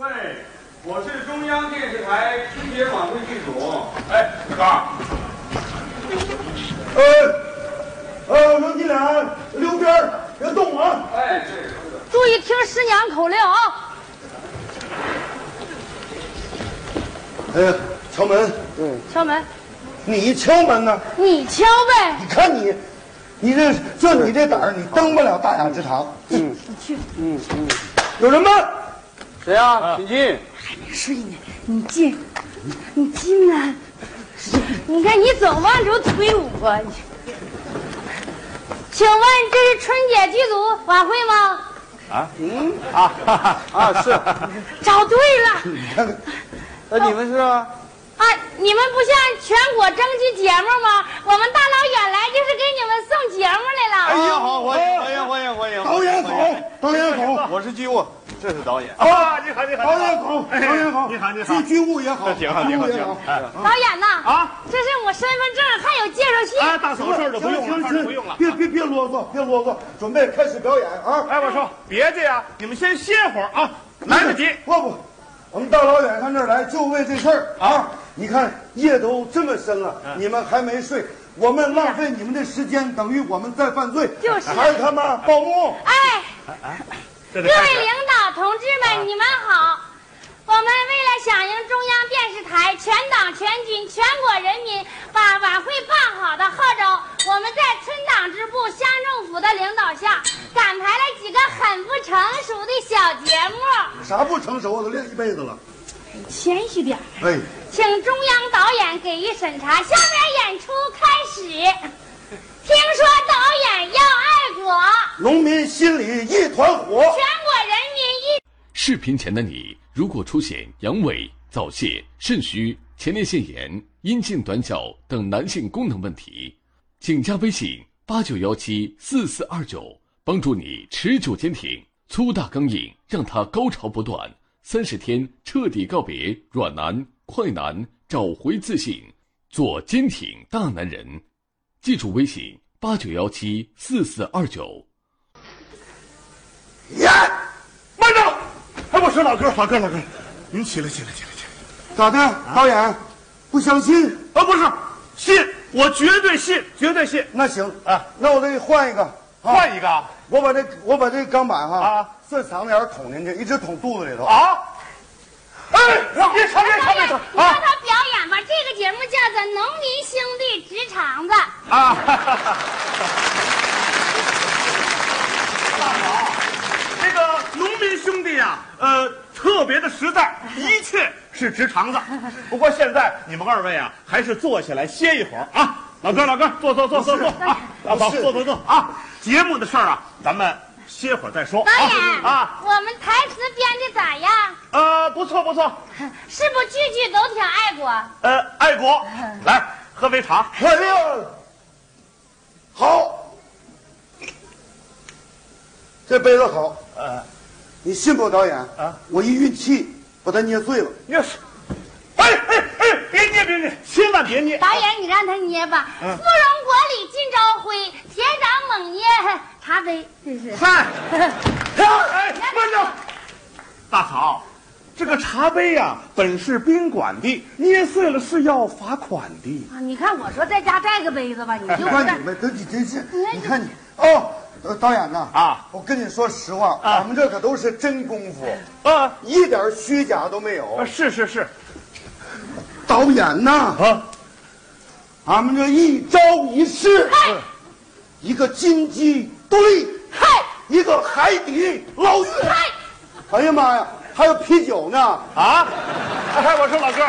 喂，我是中央电视台春节晚会剧组。哎，小刚。 扔进来，溜边儿，别动啊！ 哎，对。 注意听师娘口令啊！ 敲门。 敲门。 你敲门呢？ 你敲呗。 你看你就你这胆儿，你登不了大雅之堂。 你去。 有人吗？ 谁啊？请进。 还没睡呢，你进来。你看你总往出推我。请问这是春节剧组晚会吗？ 是。 找对了。 你看看， 你们是？ 你们不像全国征集节目吗？我们大老远来就是给你们送节目来了。 哎呀，好，欢迎！ 导演好， 我是剧务，这是导演。 你好，导演好， 你好， 剧务也好， 挺好。 导演呐，这是我身份证，还有介绍信。 大嫂事儿就不用了， 别啰嗦，准备开始表演啊！ 哎，我说别介呀，你们先歇会儿啊，来得及。 不，我们大老远上这儿来就为这事儿啊！你看夜都这么深了，你们还没睡，我们浪费你们的时间，等于我们在犯罪。 就是。 孩子他妈报幕。 各位领导同志们，你们好！我们为了响应中央电视台全党全军全国人民把晚会办好的号召，我们在村党支部乡政府的领导下，赶排了几个很不成熟的小节目。 啥不成熟？我都练一辈子了。 谦虚点。 哎， 请中央导演给予审查，下面演出开始。听说导演要爱国， 农民心里一团火，全国人民一。 视频前的你，如果出现阳痿、早泄、肾虚、前列腺炎、阴茎短小等男性功能问题，请加微信89174429，帮助你持久坚挺，粗大刚硬，让它高潮不断，30天彻底告别软男、快男，找回自信，做坚挺大男人。记住微信89174429。 慢着！哎，我说老哥，您起来。咋的？导演不相信？ 不是，信，我绝对信。 那行啊，那我得换一个。 换一个。 我把这钢板顺嗓子眼捅进去，一直捅肚子里头。 别吵！ 你让他表演吧，这个节目叫做《农民兄弟直肠子》。 大嫂，这个农民兄弟呀，特别的实在，一切是直肠子。不过现在你们二位啊，还是坐下来歇一会儿啊。老哥，坐啊！大嫂，坐啊！节目的事儿啊，咱们歇会儿再说。 导演我们台词编的咋样？ 不错， 是不句句都挺爱国？ 爱国。来，喝杯茶。 哎呀，好，这杯子好。你信不，导演？我一运气把它捏碎了。 捏碎。别捏，千万别捏。 导演，你让他捏吧。芙蓉国里今朝辉，铁掌猛捏茶杯，这是。 嗨，慢着，大嫂，这个茶杯呀，本是宾馆的，捏碎了是要罚款的。 你看我说在家带个杯子吧，你就。 看你们，你真是，你看你导演呐我跟你说实话，俺们这可都是真功夫一点虚假都没有。 是。 导演呐俺们这一招一式，一个金鸡对，一个海底捞月，哎呀妈呀，还有啤酒呢我说老哥，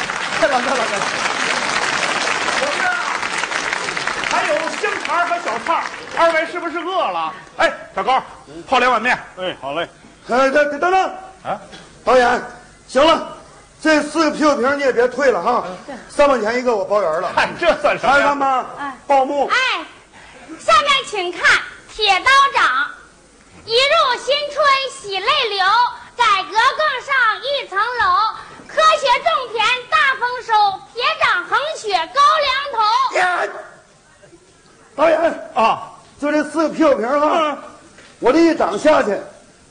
还有香肠和小菜，二位是不是饿了？哎，小高，泡2碗面。好嘞。 等等导演，行了。这4个啤酒瓶你也别退了哈，3块钱一个，我包圆了。 这算什么呀？ 他妈报幕。 下面请看铁刀掌，一入新春喜泪流，改革更上一层楼，科学种田大丰收，铁掌横雪高粱头。 导演就这4个啤酒瓶我这一掌下去，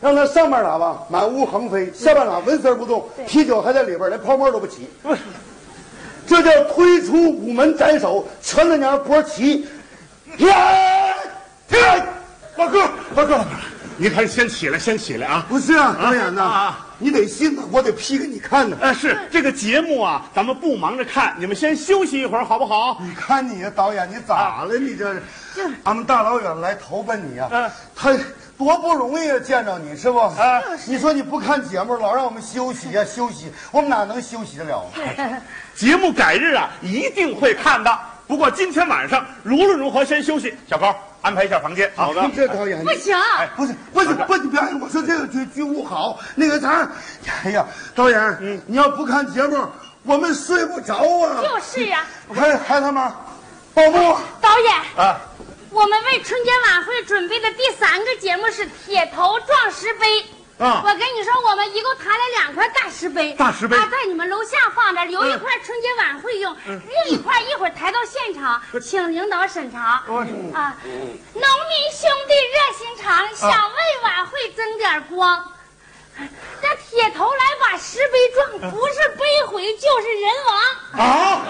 让它上半喇叭满屋横飞，下半喇叭纹丝不动，啤酒还在里边，连泡沫都不起。这叫推出午门斩首，全他娘波齐！天， 老哥，您还是先起来啊！ 不是啊，导演呐，你得信呐，我得 P 给你看呢。 是这个节目啊，咱们不忙着看，你们先休息一会儿好不好？ 你看你导演，你咋了？你这是，俺们大老远来投奔你啊！他多不容易啊，见着你是不？你说你不看节目，老让我们休息呀休息，我们哪能休息得了？ 节目改日啊，一定会看的。不过今天晚上无论如何先休息。小高，安排一下房间。好的。 这导演不行， 不是，你别我说这个剧务好，那个啥，哎呀，导演，你要不看节目，我们睡不着啊。 就是啊。 还他妈，报幕。 导演啊，我们为春节晚会准备的第3个节目是铁头撞石碑。我跟你说，我们一共抬了2块大石碑，在你们楼下放着，留一块春节晚会用，另一块一会儿抬到现场，请领导审查。农民兄弟热心肠，想为晚会增点光。这铁头来把石碑撞，不是碑毁就是人亡。 啊！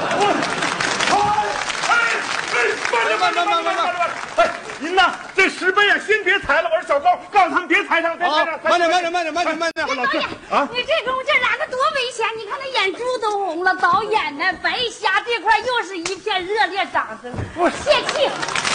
慢！哎，您呐，这石碑啊，先别抬了。我说小高，告诉他们别抬上，别抬上。慢点。 导演啊，你这功夫这来的多危险！你看他眼珠都红了。导演呢，白瞎这块又是一片热烈掌声。泄气。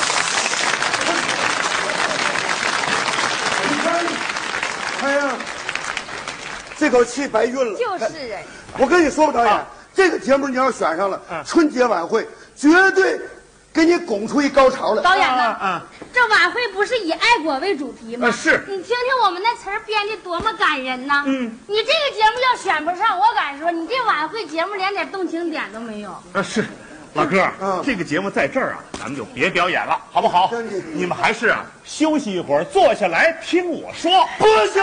哎呀，这口气白运了。 就是啊。 我跟你说吧，导演，这个节目你要选上了，春节晚会绝对给你拱出一高潮来。 导演呢？这晚会不是以爱国为主题吗？ 是。 你听听我们那词儿编的多么感人呐！你这个节目要选不上，我敢说你这晚会节目连点动情点都没有。 是。老哥，这个节目在这儿啊，咱们就别表演了，好不好？你们还是休息一会儿，坐下来听我说。 不行，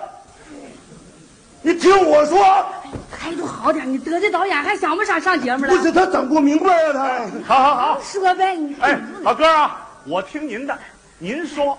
你听我说。 态度好点，你得罪导演还想不想上节目了？ 不是他整不明白啊， 他。好， 说呗你。 哎，老哥啊，我听您的，您说。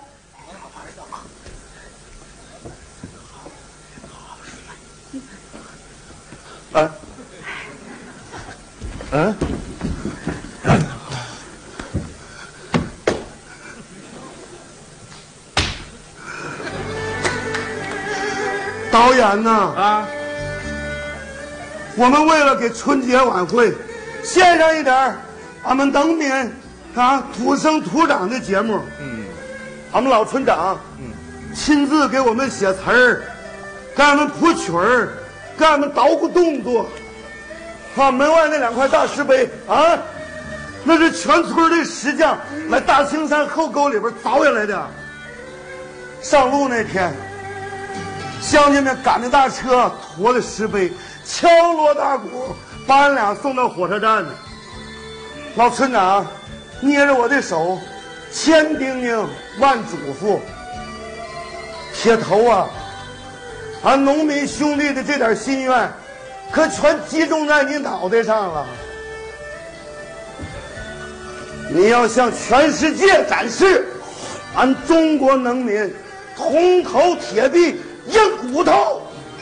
导演呐，我们为了给春节晚会献上一点俺们农民土生土长的节目，俺们老村长亲自给我们写词儿，给俺们谱曲儿，给俺们捣鼓动作。门外那2块大石碑那是全村的石匠来大青山后沟里边凿下来的。上路那天，乡亲们赶着大车驮着石碑，敲锣打鼓，把俺俩送到火车站呢。老村长捏着我的手，千叮咛万嘱咐。铁头啊，俺农民兄弟的这点心愿，可全集中在你脑袋上了。你要向全世界展示，俺中国农民铜头铁臂硬骨头。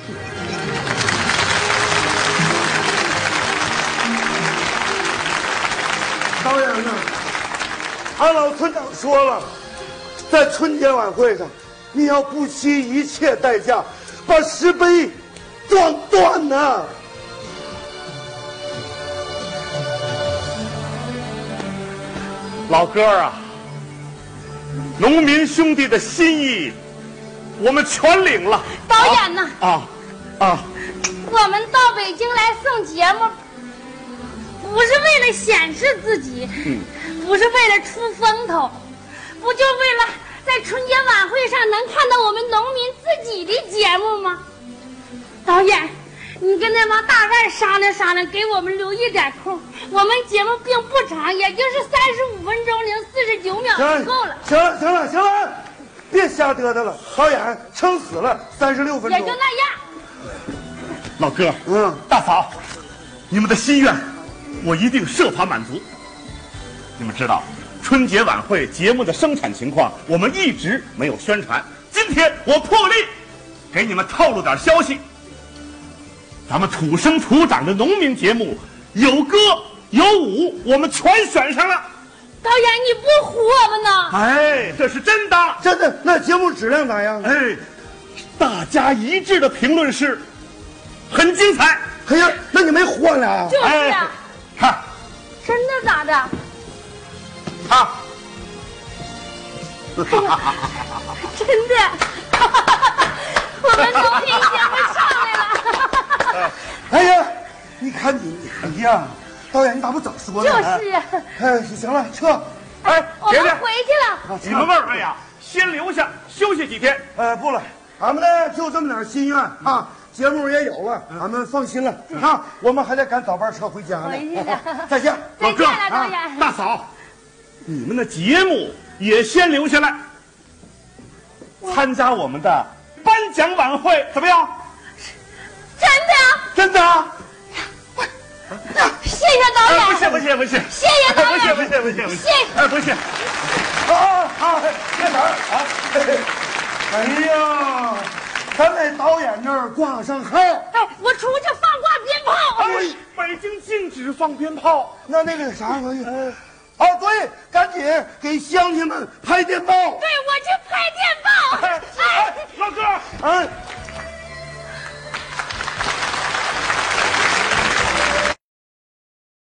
导演呢，俺老村长说了，在春节晚会上，你要不惜一切代价把石碑撞断呢。 老哥啊，农民兄弟的心意，我们全领了。 导演呢？ 我们到北京来送节目，不是为了显示自己，不是为了出风头，不就为了在春节晚会上能看到我们农民自己的节目吗？导演，你跟那帮大腕商量商量，给我们留一点空。我们节目并不长，也就是35分钟049秒就够了。 行了，别瞎嘚嘚了。导演撑死了36分钟， 也就那样。 老哥，大嫂，你们的心愿，我一定设法满足。你们知道，春节晚会节目的生产情况，我们一直没有宣传。今今天我破例给你们透露点消息，咱们土生土长的农民节目有歌有舞，我们全选上了。 导演，你不唬我们呢？ 哎，这是真的， 真的。那节目质量咋样？ 哎，大家一致的评论是很精彩。 哎呀，那你没唬我俩？ 就是哎啊， 看， 真的咋的？ 看， 真的，我们农民节目上来了。 哎呀，你看你，哎呀，导演你咋不早说呢？ 就是啊， 哎，行了，撤。 哎，姐姐， 我们回去了。 你们二位啊，先留下休息几天。 不了，俺们呢就这么点心愿啊，节目也有了，俺们放心了啊，我们还得赶早班车回家呢。 回去了再见， 再见了，导演。 大嫂，你们的节目也先留下来，参加我们的颁奖晚会，怎么样？ 真的？ 真的啊？ 谢谢导演。 不谢， 谢谢导演。 不谢， 谢。 哎，不谢。 在哪儿啊？哎呀，咱在导演那儿挂上号。 哎，我出去放挂鞭炮。 哎，北京禁止放鞭炮。 那个啥，对，赶紧给乡亲们拍电报。 对，我去